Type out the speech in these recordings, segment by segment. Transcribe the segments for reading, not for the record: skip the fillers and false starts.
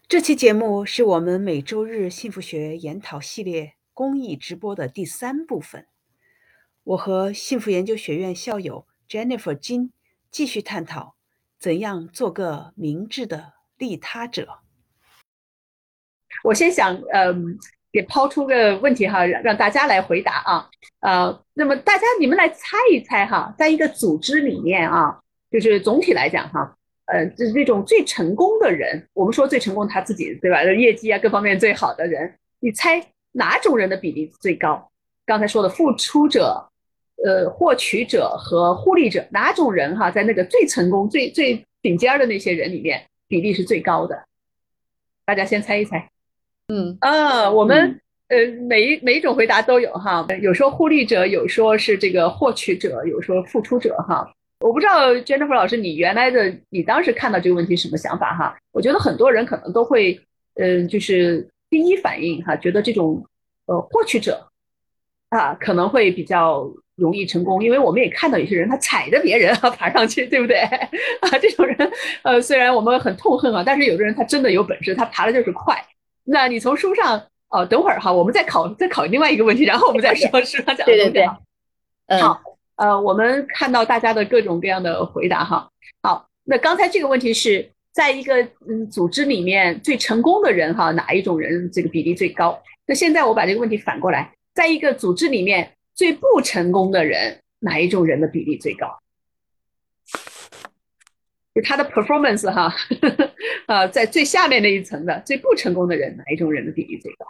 这期节目是我们每周日幸福学研讨系列公益直播的第3部分。我和幸福研究学院校友 Jennifer 金继续探讨怎样做个明智的利他者。 我先想，给抛出个问题哈，让大家来回答啊。那么大家你们来猜一猜哈，在一个组织里面啊，就是总体来讲哈，就是这种最成功的人，我们说最成功他自己对吧？业绩啊各方面最好的人，你猜哪种人的比例最高？刚才说的付出者、获取者和互利者，哪种人哈，在那个最成功、最顶尖的那些人里面，比例是最高的？大家先猜一猜。我们每一种回答都有哈，有说互利者，有说是这个获取者，有说付出者哈。我不知道 Jennifer 老师，你当时看到这个问题什么想法哈？我觉得很多人可能都会，就是第一反应哈，觉得这种获取者啊可能会比较容易成功，因为我们也看到有些人他踩着别人啊爬上去，对不对？啊，这种人虽然我们很痛恨啊，但是有的人他真的有本事，他爬的就是快。那你从书上等会儿哈，我们再考另外一个问题，然后我们再说书上讲的对对对， 东西哈。好，我们看到大家的各种各样的回答哈。好，那刚才这个问题是在一个组织里面最成功的人哈，哪一种人这个比例最高？那现在我把这个问题反过来，在一个组织里面最不成功的人，哪一种人的比例最高？就他的 performance 哈，在最下面那一层的最不成功的人，哪一种人的比例最高？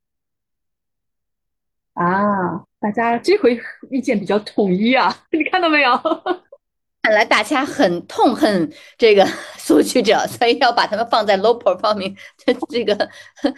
啊，大家这回意见比较统一啊，你看到没有？ 看来大家很痛恨这个索取者，所以要把他们放在 low performing，这个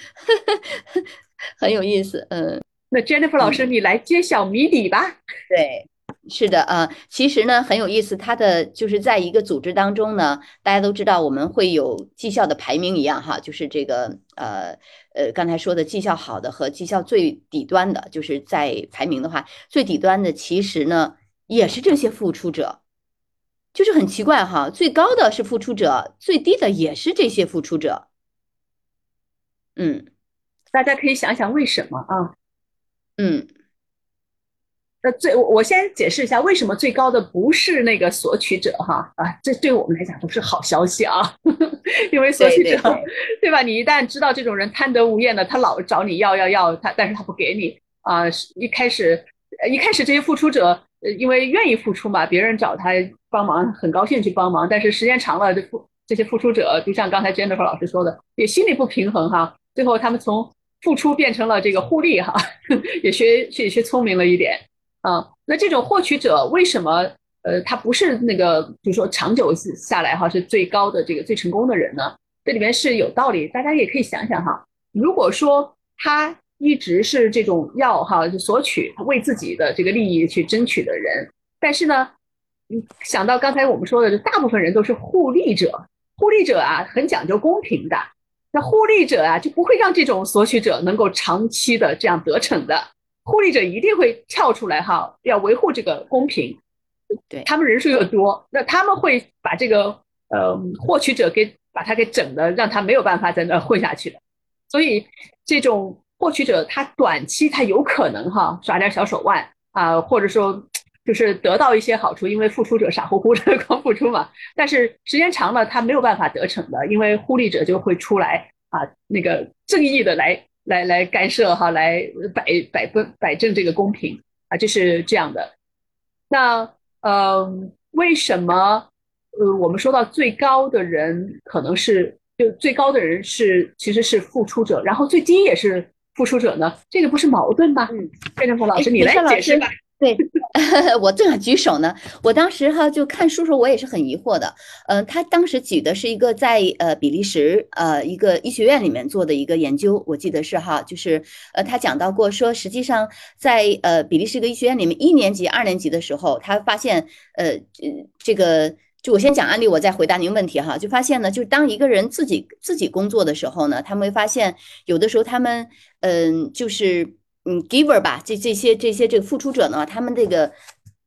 很有意思。 那 Jennifer 老师，你来揭晓谜底吧。 对，是的啊，其实呢很有意思，它的就是在一个组织当中呢，大家都知道我们会有绩效的排名一样哈，就是这个刚才说的绩效好的和绩效最底端的，就是在排名的话，最底端的其实呢也是这些付出者。就是很奇怪哈，最高的是付出者，最低的也是这些付出者。嗯大家可以想想为什么啊？ 嗯， 我先解释一下，为什么最高的不是那个索取者哈啊？这对我们来讲都是好消息啊，因为索取者对吧？你一旦知道这种人贪得无厌的，他老找你要他，但是他不给你啊。一开始这些付出者因为愿意付出嘛，别人找他帮忙，很高兴去帮忙，但是时间长了，这些付出者就像刚才 Jennifer 老师说的，也心里不平衡哈。最后他们从付出变成了这个互利哈，也学聪明了一点。那这种获取者为什么他不是那个，比如说长久下来哈是最高的这个最成功的人呢？这里面是有道理，大家也可以想想哈。如果说他一直是这种要哈就索取，为自己的这个利益去争取的人，但是呢，想到刚才我们说的，大部分人都是互利者，互利者啊很讲究公平的，那互利者啊就不会让这种索取者能够长期的这样得逞的。互利者一定会跳出来哈，要维护这个公平。 对， 他们人数又多，那他们会把这个获取者把他给整的，让他没有办法在那混下去的。所以这种获取者，他短期他有可能哈耍点小手腕啊、或者说就是得到一些好处，因为付出者傻乎乎的光付出嘛。但是时间长了，他没有办法得逞的，因为互利者就会出来啊，那个正义的来干涉哈，来摆正这个公平啊，就是这样的。那为什么我们说到最高的人可能是就最高的人其实是付出者，然后最低也是付出者呢？这个不是矛盾吗？郑正峰老师，你来解释吧。 对，我正好举手呢。我当时哈就看书时候，我也是很疑惑的。他当时举的是一个在比利时一个医学院里面做的一个研究，我记得是哈，就是他讲到过说，实际上在比利时一个医学院里面1年级、2年级的时候，他发现这个。就我先讲案例，我再回答您问题哈。就发现呢，就是当一个人自己工作的时候呢，他们会发现有的时候他们就是giver 吧，这些这个付出者呢，他们这个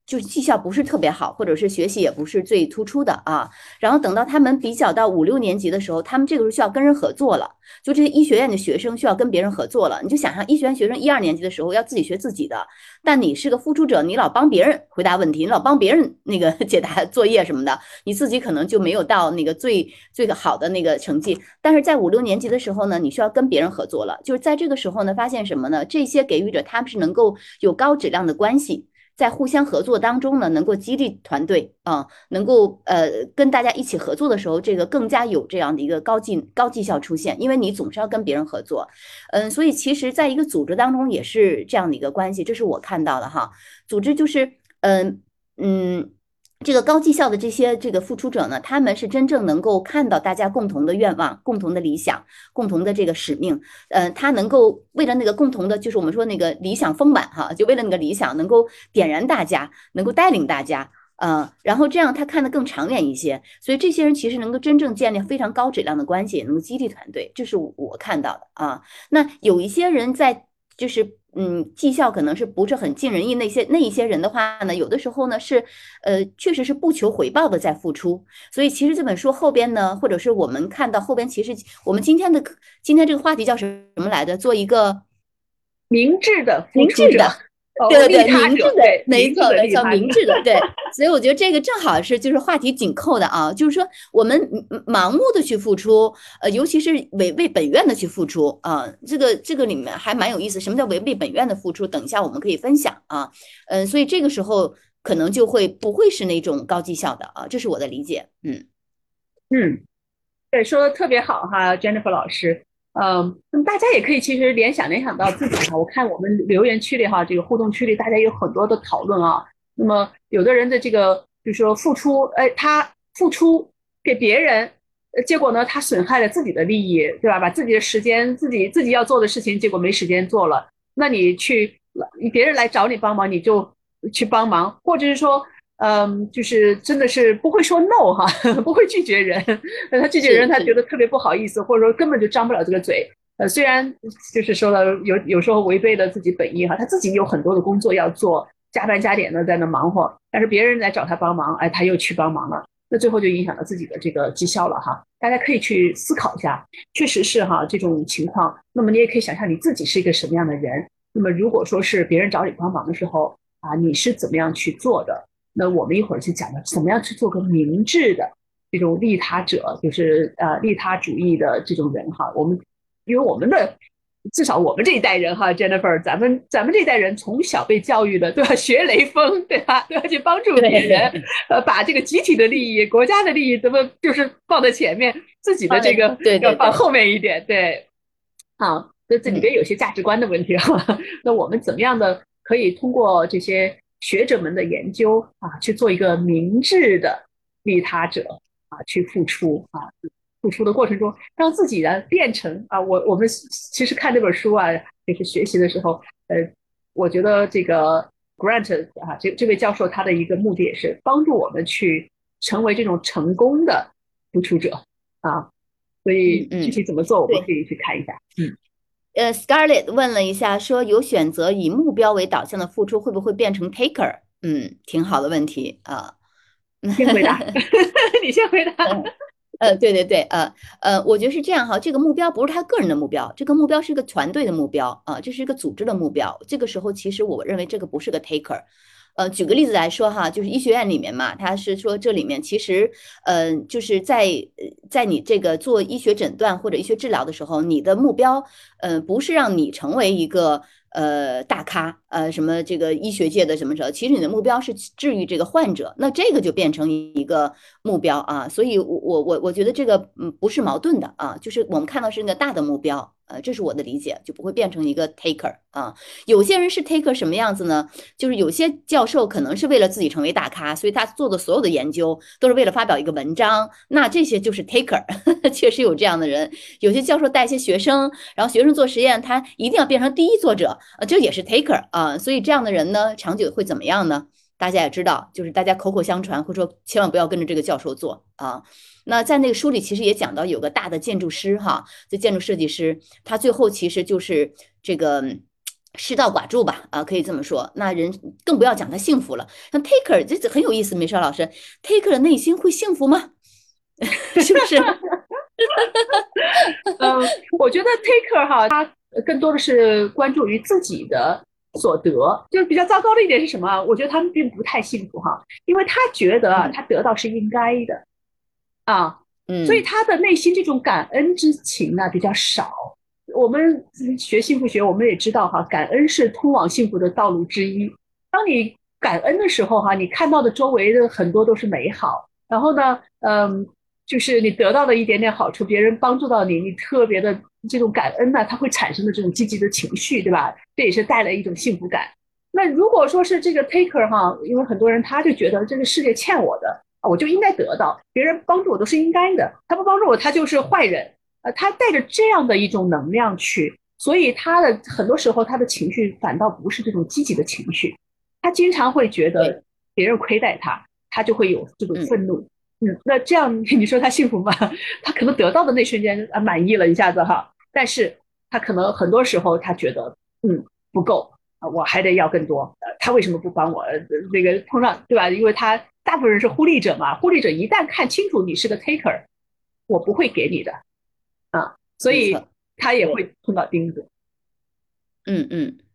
就绩效不是特别好，或者是学习也不是最突出的啊。然后等到他们比较到5、6年级的时候，他们这个时候需要跟人合作了，就这些医学院的学生需要跟别人合作了。你就想象医学院学生1、2年级的时候要自己学自己的，但你是个付出者，你老帮别人回答问题，你老帮别人那个解答作业什么的，你自己可能就没有到那个最好的那个成绩。但是在5、6年级的时候呢，你需要跟别人合作了，就是在这个时候呢，发现什么呢？这些给予者他们是能够有高质量的关系。在互相合作当中呢，能够激励团队啊，能够跟大家一起合作的时候，这个更加有这样的一个高绩效出现，因为你总是要跟别人合作，所以其实在一个组织当中也是这样的一个关系，这是我看到的哈。组织就是这个高绩效的这个付出者呢，他们是真正能够看到大家共同的愿望、共同的理想、共同的这个使命，他能够为了那个共同的，就是我们说那个理想丰满哈，就为了那个理想能够点燃大家，能够带领大家。然后这样他看得更长远一些，所以这些人其实能够真正建立非常高质量的关系，也能够激励团队，这是我看到的啊。那有一些人在就是绩效可能是不是很尽人意，那一些人的话呢，有的时候呢是确实是不求回报的在付出。所以其实这本书后边呢，或者是我们看到后边，其实我们今天这个话题叫什么来的？做一个明智的付出者。 对， 利他者， 明智的，没错，明智的，对。所以我觉得这个正好是就是话题紧扣的啊，就是说我们盲目的去付出，尤其是违背本愿的去付出啊，这个里面还蛮有意思。什么叫违背本愿的付出？等一下我们可以分享啊，所以这个时候可能就不会是那种高绩效的啊，这是我的理解。 对，说的特别好哈，Jennifer 老师。那么大家也可以其实联想到自己哈。我看我们留言区里哈，这个互动区里大家有很多的讨论啊。那么有的人的这个就是说付出，他付出给别人，结果呢他损害了自己的利益，对吧？把自己的时间，自己要做的事情，结果没时间做了。那你别人来找你帮忙，你就去帮忙，或者是说。就是真的是不会说 no 哈，不会拒绝人。他拒绝人，他觉得特别不好意思，或者说根本就张不了这个嘴。虽然就是说了有时候违背了自己本意哈，他自己有很多的工作要做，加班加点的在那忙活，但是别人来找他帮忙，他又去帮忙了，那最后就影响了自己的这个绩效了哈。大家可以去思考一下，确实是哈这种情况。那么你也可以想象你自己是一个什么样的人。那么如果说是别人找你帮忙的时候你是怎么样去做的？那我们一会儿就讲了怎么样去做个明智的这种利他者，就是利他主义的这种人哈。因为我们的至少我们这一代人哈 ，Jennifer，咱们这一代人从小被教育的，对吧？学雷锋，对吧？都要去帮助别人，把这个集体的利益、国家的利益怎么就是放在前面，自己的这个要放后面一点，对。好，这里边有些价值观的问题哈。那我们怎么样的可以通过这些学者们的研究去做一个明智的利他者去付出付出的过程中，让自己呢变成我们其实看这本书也是学习的时候，我觉得这个 Grant 这位教授他的一个目的也是帮助我们去成为这种成功的付出者所以具体怎么做，我们可以去看一下。 Scarlett 问了一下，说有选择以目标为导向的付出，会不会变成 taker？挺好的问题啊。 先回答，你先回答。 对，我觉得是这样哈，这个目标不是他个人的目标，这个目标是一个团队的目标这是一个组织的目标。这个时候，其实我认为这个不是个 taker。举个例子来说哈，就是医学院里面嘛，他是说这里面其实，就是在你这个做医学诊断或者医学治疗的时候，你的目标，不是让你成为一个大咖，什么这个医学界的什么其实你的目标是治愈这个患者，那这个就变成一个目标所以我觉得这个不是矛盾的就是我们看到是那个大的目标。这是我的理解，就不会变成一个 taker 有些人是 taker 什么样子呢？就是有些教授可能是为了自己成为大咖，所以他做的所有的研究都是为了发表一个文章，那这些就是 taker 确实有这样的人。有些教授带一些学生，然后学生做实验，他一定要变成第一作者这也是 taker 所以这样的人呢，长久会怎么样呢？大家也知道，就是大家口口相传，会说千万不要跟着这个教授做那在那个书里其实也讲到，有个大的建筑师这建筑设计师，他最后其实就是这个失道寡助吧，可以这么说。那人更不要讲他幸福了。像 taker 这很有意思，梅少老师，taker 的内心会幸福吗？是不是？ 我觉得 taker 哈，他更多的是关注于自己的所得，就是比较糟糕的一点是什么？我觉得他们并不太幸福哈，因为他觉得他得到是应该的啊，所以他的内心这种感恩之情呢比较少。我们学幸福学，我们也知道哈，感恩是通往幸福的道路之一。当你感恩的时候哈，你看到的周围的很多都是美好，然后呢，就是你得到的一点点好处，别人帮助到你，你特别的这种感恩呢，它会产生的这种积极的情绪，对吧？这也是带来一种幸福感。那如果说是这个 taker 哈，因为很多人他就觉得这个世界欠我的，我就应该得到，别人帮助我都是应该的，他不帮助我他就是坏人，他带着这样的一种能量去，所以他的很多时候他的情绪反倒不是这种积极的情绪，他经常会觉得别人亏待他，他就会有这种愤怒。那这样你说他幸福吗？他可能得到的那瞬间满意了一下子哈，但是他可能很多时候他觉得不够，我还得要更多。他为什么不帮我？那个碰上对吧？因为他大部分人是互利者嘛，互利者一旦看清楚你是个 taker， 我不会给你的所以他也会碰到钉子。